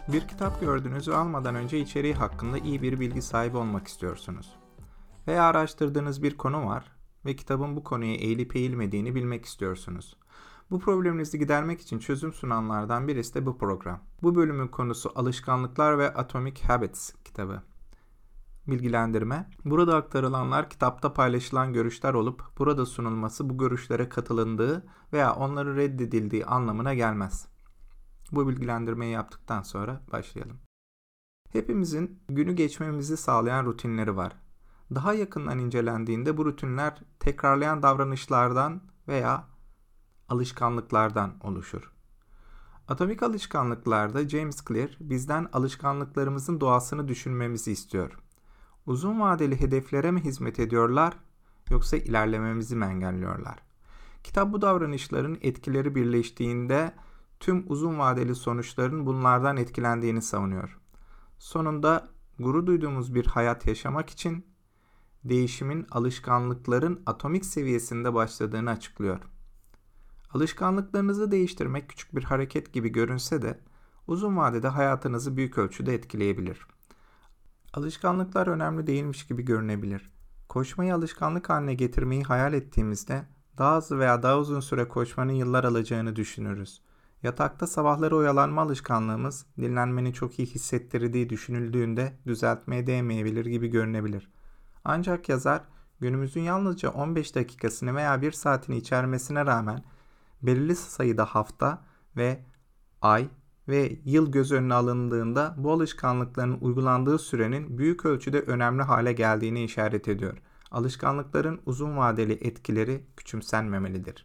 Bir kitap gördünüz ve almadan önce içeriği hakkında iyi bir bilgi sahibi olmak istiyorsunuz. Veya araştırdığınız bir konu var ve kitabın bu konuya eğilip eğilmediğini bilmek istiyorsunuz. Bu probleminizi gidermek için çözüm sunanlardan birisi de bu program. Bu bölümün konusu Alışkanlıklar ve Atomic Habits kitabı. Bilgilendirme: burada aktarılanlar kitapta paylaşılan görüşler olup burada sunulması bu görüşlere katılındığı veya onların reddedildiği anlamına gelmez. Bu bilgilendirmeyi yaptıktan sonra başlayalım. Hepimizin günü geçmemizi sağlayan rutinleri var. Daha yakından incelendiğinde bu rutinler tekrarlayan davranışlardan veya alışkanlıklardan oluşur. Atomik alışkanlıklarda James Clear bizden alışkanlıklarımızın doğasını düşünmemizi istiyor. Uzun vadeli hedeflere mi hizmet ediyorlar yoksa ilerlememizi mi engelliyorlar? Kitap bu davranışların etkileri birleştiğinde tüm uzun vadeli sonuçların bunlardan etkilendiğini savunuyor. Sonunda gurur duyduğumuz bir hayat yaşamak için değişimin alışkanlıkların atomik seviyesinde başladığını açıklıyor. Alışkanlıklarınızı değiştirmek küçük bir hareket gibi görünse de uzun vadede hayatınızı büyük ölçüde etkileyebilir. Alışkanlıklar önemli değilmiş gibi görünebilir. Koşmayı alışkanlık haline getirmeyi hayal ettiğimizde daha hızlı veya daha uzun süre koşmanın yıllar alacağını düşünürüz. Yatakta sabahları oyalanma alışkanlığımız dinlenmenin çok iyi hissettirdiği düşünüldüğünde düzeltmeye değmeyebilir gibi görünebilir. Ancak yazar günümüzün yalnızca 15 dakikasını veya 1 saatini içermesine rağmen belirli sayıda hafta ve ay ve yıl göz önüne alındığında bu alışkanlıkların uygulandığı sürenin büyük ölçüde önemli hale geldiğine işaret ediyor. Alışkanlıkların uzun vadeli etkileri küçümsenmemelidir.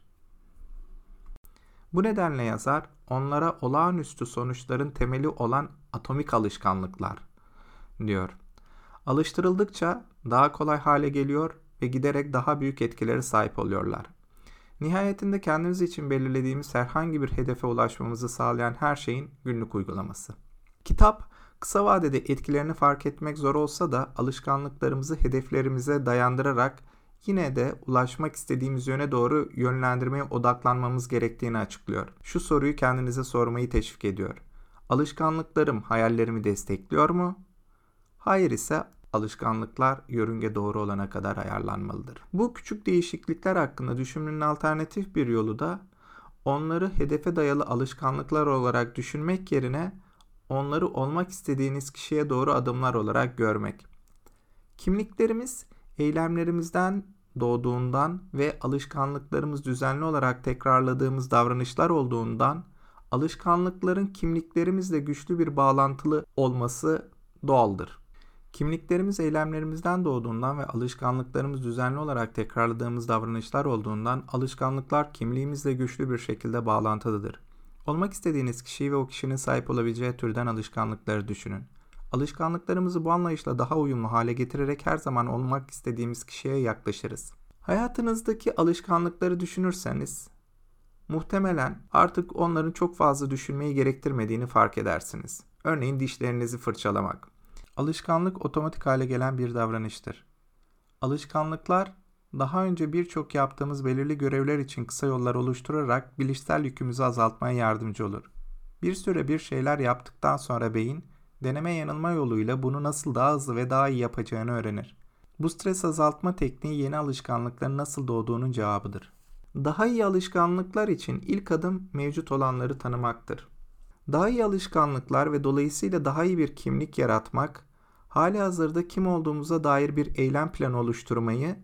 Bu nedenle yazar onlara olağanüstü sonuçların temeli olan atomik alışkanlıklar diyor. Alıştırıldıkça daha kolay hale geliyor ve giderek daha büyük etkilere sahip oluyorlar. Nihayetinde kendimiz için belirlediğimiz herhangi bir hedefe ulaşmamızı sağlayan her şeyin günlük uygulaması. Kitap, kısa vadede etkilerini fark etmek zor olsa da alışkanlıklarımızı hedeflerimize dayandırarak yine de ulaşmak istediğimiz yöne doğru yönlendirmeye odaklanmamız gerektiğini açıklıyor. Şu soruyu kendinize sormayı teşvik ediyor. Alışkanlıklarım hayallerimi destekliyor mu? Hayır ise alışkanlıklar yörünge doğru olana kadar ayarlanmalıdır. Bu küçük değişiklikler hakkında düşünmenin alternatif bir yolu da onları hedefe dayalı alışkanlıklar olarak düşünmek yerine onları olmak istediğiniz kişiye doğru adımlar olarak görmek. Kimliklerimiz eylemlerimizden doğduğundan ve alışkanlıklarımız düzenli olarak tekrarladığımız davranışlar olduğundan alışkanlıkların kimliklerimizle güçlü bir bağlantılı olması doğaldır. Kimliklerimiz eylemlerimizden doğduğundan ve alışkanlıklarımız düzenli olarak tekrarladığımız davranışlar olduğundan alışkanlıklar kimliğimizle güçlü bir şekilde bağlantılıdır. Olmak istediğiniz kişiyi ve o kişinin sahip olabileceği türden alışkanlıkları düşünün. Alışkanlıklarımızı bu anlayışla daha uyumlu hale getirerek her zaman olmak istediğimiz kişiye yaklaşırız. Hayatınızdaki alışkanlıkları düşünürseniz, muhtemelen artık onların çok fazla düşünmeyi gerektirmediğini fark edersiniz. Örneğin dişlerinizi fırçalamak. Alışkanlık otomatik hale gelen bir davranıştır. Alışkanlıklar, daha önce birçok yaptığımız belirli görevler için kısa yollar oluşturarak bilişsel yükümüzü azaltmaya yardımcı olur. Bir süre bir şeyler yaptıktan sonra beyin, deneme yanılma yoluyla bunu nasıl daha hızlı ve daha iyi yapacağını öğrenir. Bu stres azaltma tekniği yeni alışkanlıkların nasıl doğduğunun cevabıdır. Daha iyi alışkanlıklar için ilk adım mevcut olanları tanımaktır. Daha iyi alışkanlıklar ve dolayısıyla daha iyi bir kimlik yaratmak, halihazırda kim olduğumuza dair bir eylem planı oluşturmayı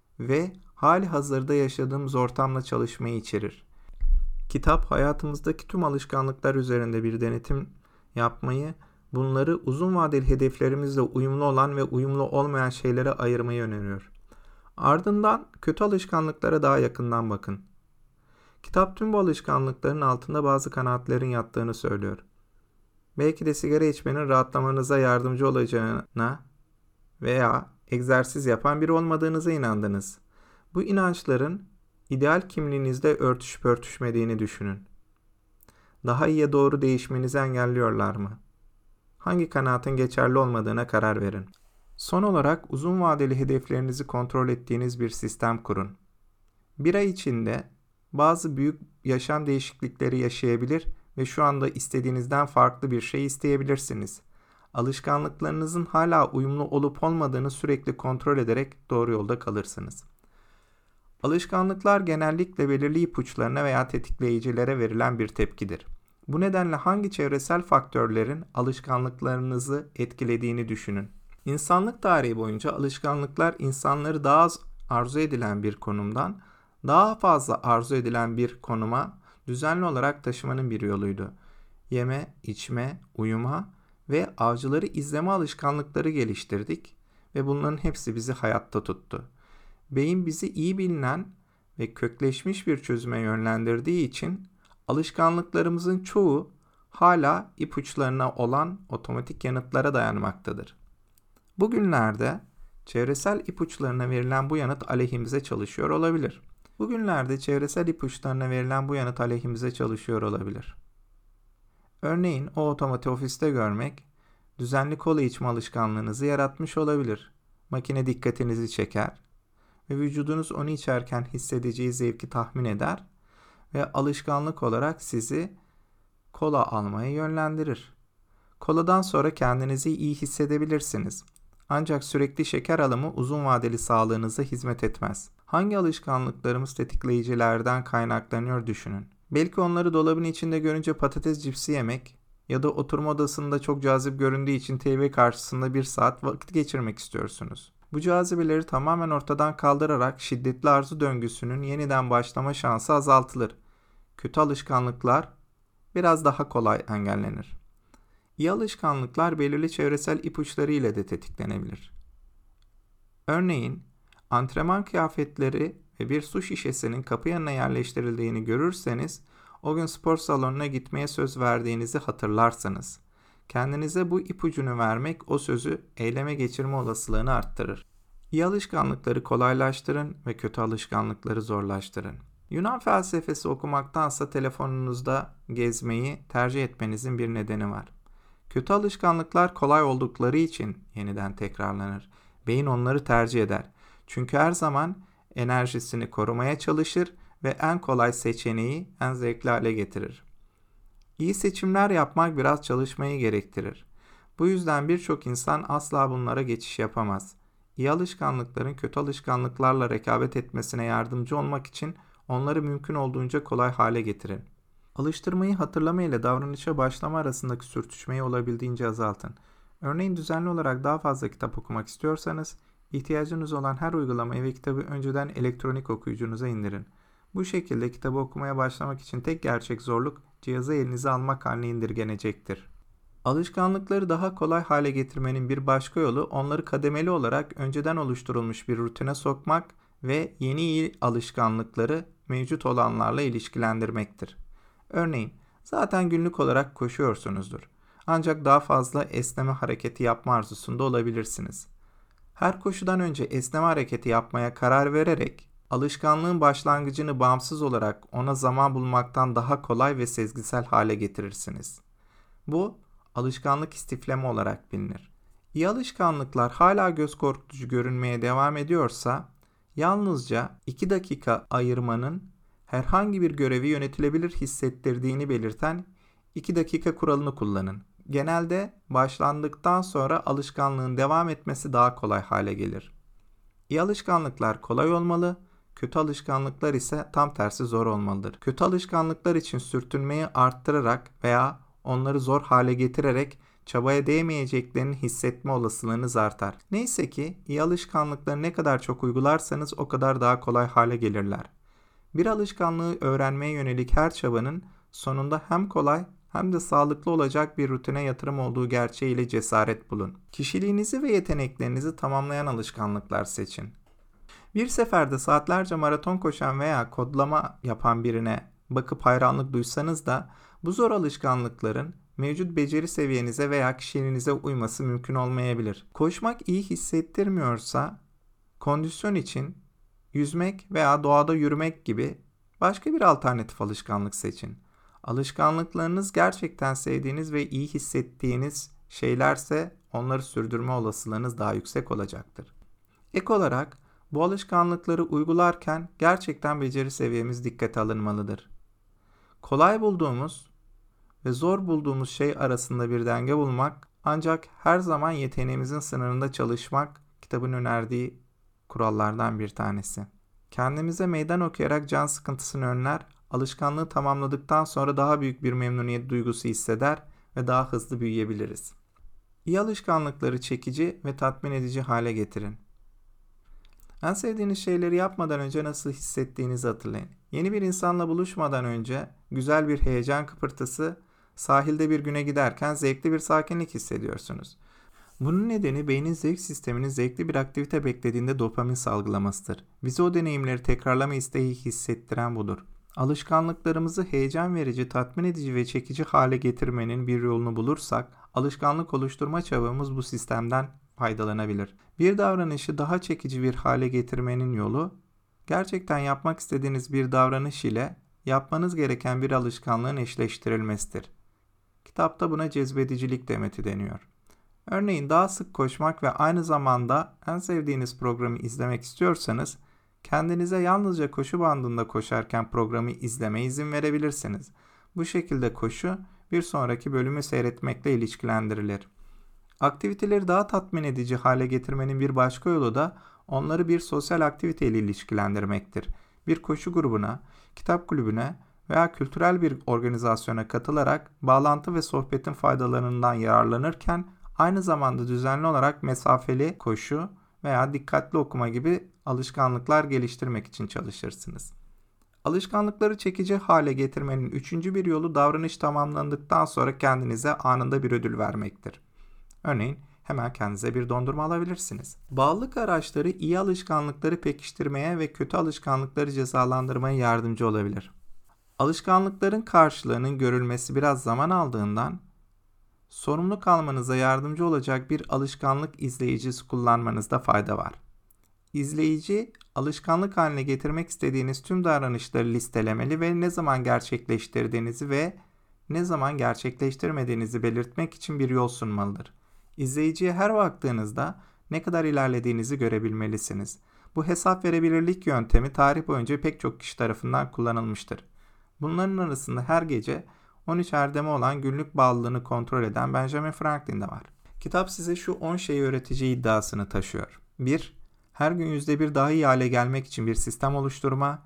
ve halihazırda yaşadığımız ortamla çalışmayı içerir. Kitap hayatımızdaki tüm alışkanlıklar üzerinde bir denetim yapmayı, bunları uzun vadeli hedeflerimizle uyumlu olan ve uyumlu olmayan şeylere ayırmayı öneriyor. Ardından kötü alışkanlıklara daha yakından bakın. Kitap tüm bu alışkanlıkların altında bazı kanaatlerin yattığını söylüyor. Belki de sigara içmenin rahatlamanıza yardımcı olacağına veya egzersiz yapan biri olmadığınıza inandınız. Bu inançların ideal kimliğinizle örtüşüp örtüşmediğini düşünün. Daha iyiye doğru değişmenizi engelliyorlar mı? Hangi kanaatin geçerli olmadığına karar verin. Son olarak uzun vadeli hedeflerinizi kontrol ettiğiniz bir sistem kurun. Bir ay içinde bazı büyük yaşam değişiklikleri yaşayabilir ve şu anda istediğinizden farklı bir şey isteyebilirsiniz. Alışkanlıklarınızın hala uyumlu olup olmadığını sürekli kontrol ederek doğru yolda kalırsınız. Alışkanlıklar genellikle belirli ipuçlarına veya tetikleyicilere verilen bir tepkidir. Bu nedenle hangi çevresel faktörlerin alışkanlıklarınızı etkilediğini düşünün. İnsanlık tarihi boyunca alışkanlıklar insanları daha az arzu edilen bir konumdan daha fazla arzu edilen bir konuma düzenli olarak taşımanın bir yoluydu. Yeme, içme, uyuma ve avcıları izleme alışkanlıkları geliştirdik ve bunların hepsi bizi hayatta tuttu. Beyin bizi iyi bilinen ve kökleşmiş bir çözüme yönlendirdiği için alışkanlıklarımızın çoğu hala ipuçlarına olan otomatik yanıtlara dayanmaktadır. Bugünlerde çevresel ipuçlarına verilen bu yanıt aleyhimize çalışıyor olabilir. Örneğin o otomatik ofiste görmek, düzenli kola içme alışkanlığınızı yaratmış olabilir. Makine dikkatinizi çeker ve vücudunuz onu içerken hissedeceği zevki tahmin eder ve alışkanlık olarak sizi kola almaya yönlendirir. Koladan sonra kendinizi iyi hissedebilirsiniz. Ancak sürekli şeker alımı uzun vadeli sağlığınıza hizmet etmez. Hangi alışkanlıklarımız tetikleyicilerden kaynaklanıyor düşünün. Belki onları dolabın içinde görünce patates cipsi yemek ya da oturma odasında çok cazip göründüğü için TV karşısında 1 saat vakit geçirmek istiyorsunuz. Bu cazibeleri tamamen ortadan kaldırarak şiddetli arzu döngüsünün yeniden başlama şansı azaltılır. Kötü alışkanlıklar biraz daha kolay engellenir. İyi alışkanlıklar belirli çevresel ipuçları ile de tetiklenebilir. Örneğin, antrenman kıyafetleri ve bir su şişesinin kapı yanına yerleştirildiğini görürseniz, o gün spor salonuna gitmeye söz verdiğinizi hatırlarsınız. Kendinize bu ipucunu vermek o sözü eyleme geçirme olasılığını arttırır. İyi alışkanlıkları kolaylaştırın ve kötü alışkanlıkları zorlaştırın. Yunan felsefesi okumaktansa telefonunuzda gezmeyi tercih etmenizin bir nedeni var. Kötü alışkanlıklar kolay oldukları için yeniden tekrarlanır. Beyin onları tercih eder. Çünkü her zaman enerjisini korumaya çalışır ve en kolay seçeneği en zevkli hale getirir. İyi seçimler yapmak biraz çalışmayı gerektirir. Bu yüzden birçok insan asla bunlara geçiş yapamaz. İyi alışkanlıkların kötü alışkanlıklarla rekabet etmesine yardımcı olmak için onları mümkün olduğunca kolay hale getirin. Alıştırmayı hatırlama ile davranışa başlama arasındaki sürtüşmeyi olabildiğince azaltın. Örneğin düzenli olarak daha fazla kitap okumak istiyorsanız, ihtiyacınız olan her uygulamayı ve kitabı önceden elektronik okuyucunuza indirin. Bu şekilde kitabı okumaya başlamak için tek gerçek zorluk, cihazı elinize almak haline indirgenecektir. Alışkanlıkları daha kolay hale getirmenin bir başka yolu, onları kademeli olarak önceden oluşturulmuş bir rutine sokmak ve yeni iyi alışkanlıkları mevcut olanlarla ilişkilendirmektir. Örneğin, zaten günlük olarak koşuyorsunuzdur. Ancak daha fazla esneme hareketi yapma arzusunda olabilirsiniz. Her koşudan önce esneme hareketi yapmaya karar vererek, alışkanlığın başlangıcını bağımsız olarak ona zaman bulmaktan daha kolay ve sezgisel hale getirirsiniz. Bu, alışkanlık istifleme olarak bilinir. İyi alışkanlıklar hala göz korkutucu görünmeye devam ediyorsa, yalnızca 2 dakika ayırmanın herhangi bir görevi yönetilebilir hissettirdiğini belirten 2 dakika kuralını kullanın. Genelde başlandıktan sonra alışkanlığın devam etmesi daha kolay hale gelir. İyi alışkanlıklar kolay olmalı, kötü alışkanlıklar ise tam tersi zor olmalıdır. Kötü alışkanlıklar için sürtünmeyi arttırarak veya onları zor hale getirerek çabaya değmeyeceklerini hissetme olasılığınız artar. Neyse ki iyi alışkanlıkları ne kadar çok uygularsanız o kadar daha kolay hale gelirler. Bir alışkanlığı öğrenmeye yönelik her çabanın sonunda hem kolay hem de sağlıklı olacak bir rutine yatırım olduğu gerçeğiyle cesaret bulun. Kişiliğinizi ve yeteneklerinizi tamamlayan alışkanlıklar seçin. Bir seferde saatlerce maraton koşan veya kodlama yapan birine bakıp hayranlık duysanız da bu zor alışkanlıkların mevcut beceri seviyenize veya kişiliğinize uyması mümkün olmayabilir. Koşmak iyi hissettirmiyorsa kondisyon için yüzmek veya doğada yürümek gibi başka bir alternatif alışkanlık seçin. Alışkanlıklarınız gerçekten sevdiğiniz ve iyi hissettiğiniz şeylerse onları sürdürme olasılığınız daha yüksek olacaktır. Ek olarak bu alışkanlıkları uygularken gerçekten beceri seviyemiz dikkate alınmalıdır. Kolay bulduğumuz ve zor bulduğumuz şey arasında bir denge bulmak, ancak her zaman yeteneğimizin sınırında çalışmak kitabın önerdiği kurallardan bir tanesi. Kendimize meydan okuyarak can sıkıntısını önler, alışkanlığı tamamladıktan sonra daha büyük bir memnuniyet duygusu hisseder ve daha hızlı büyüyebiliriz. İyi alışkanlıkları çekici ve tatmin edici hale getirin. En sevdiğiniz şeyleri yapmadan önce nasıl hissettiğinizi hatırlayın. Yeni bir insanla buluşmadan önce güzel bir heyecan kıpırtısı, sahilde bir güne giderken zevkli bir sakinlik hissediyorsunuz. Bunun nedeni beynin zevk sisteminin zevkli bir aktivite beklediğinde dopamin salgılamasıdır. Bize o deneyimleri tekrarlama isteği hissettiren budur. Alışkanlıklarımızı heyecan verici, tatmin edici ve çekici hale getirmenin bir yolunu bulursak, alışkanlık oluşturma çabamız bu sistemden faydalanabilir. Bir davranışı daha çekici bir hale getirmenin yolu, gerçekten yapmak istediğiniz bir davranış ile yapmanız gereken bir alışkanlığın eşleştirilmesidir. Kitapta buna cezbedicilik demeti deniyor. Örneğin daha sık koşmak ve aynı zamanda en sevdiğiniz programı izlemek istiyorsanız, kendinize yalnızca koşu bandında koşarken programı izlemeye izin verebilirsiniz. Bu şekilde koşu bir sonraki bölümü seyretmekle ilişkilendirilir. Aktiviteleri daha tatmin edici hale getirmenin bir başka yolu da onları bir sosyal aktivite ile ilişkilendirmektir. Bir koşu grubuna, kitap kulübüne veya kültürel bir organizasyona katılarak bağlantı ve sohbetin faydalarından yararlanırken aynı zamanda düzenli olarak mesafeli koşu veya dikkatli okuma gibi alışkanlıklar geliştirmek için çalışırsınız. Alışkanlıkları çekici hale getirmenin üçüncü bir yolu davranış tamamlandıktan sonra kendinize anında bir ödül vermektir. Örneğin hemen kendinize bir dondurma alabilirsiniz. Bağlılık araçları iyi alışkanlıkları pekiştirmeye ve kötü alışkanlıkları cezalandırmaya yardımcı olabilir. Alışkanlıkların karşılığının görülmesi biraz zaman aldığından sorumlu kalmanıza yardımcı olacak bir alışkanlık izleyicisi kullanmanızda fayda var. İzleyici, alışkanlık haline getirmek istediğiniz tüm davranışları listelemeli ve ne zaman gerçekleştirdiğinizi ve ne zaman gerçekleştirmediğinizi belirtmek için bir yol sunmalıdır. İzleyiciye her baktığınızda ne kadar ilerlediğinizi görebilmelisiniz. Bu hesap verebilirlik yöntemi tarih boyunca pek çok kişi tarafından kullanılmıştır. Bunların arasında her gece 13 erdemi olan günlük bağlılığını kontrol eden Benjamin Franklin de var. Kitap size şu 10 şeyi öğreteceği iddiasını taşıyor. 1. Her gün %1 daha iyi hale gelmek için bir sistem oluşturma.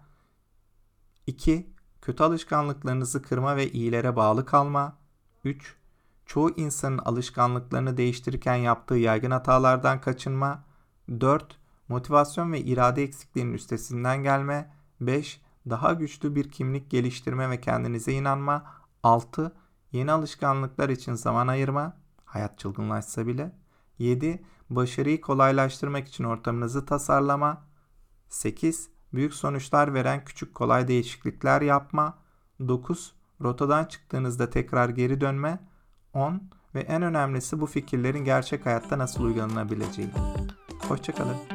2. Kötü alışkanlıklarınızı kırma ve iyilere bağlı kalma. 3. Çoğu insanın alışkanlıklarını değiştirirken yaptığı yaygın hatalardan kaçınma. 4. Motivasyon ve irade eksikliğinin üstesinden gelme. 5. Daha güçlü bir kimlik geliştirme ve kendinize inanma. 6. Yeni alışkanlıklar için zaman ayırma. Hayat çılgınlaşsa bile. 7. Başarıyı kolaylaştırmak için ortamınızı tasarlama. 8. Büyük sonuçlar veren küçük kolay değişiklikler yapma. 9. Rotadan çıktığınızda tekrar geri dönme. 10. Ve en önemlisi bu fikirlerin gerçek hayatta nasıl uygulanabileceği. Hoşça kalın.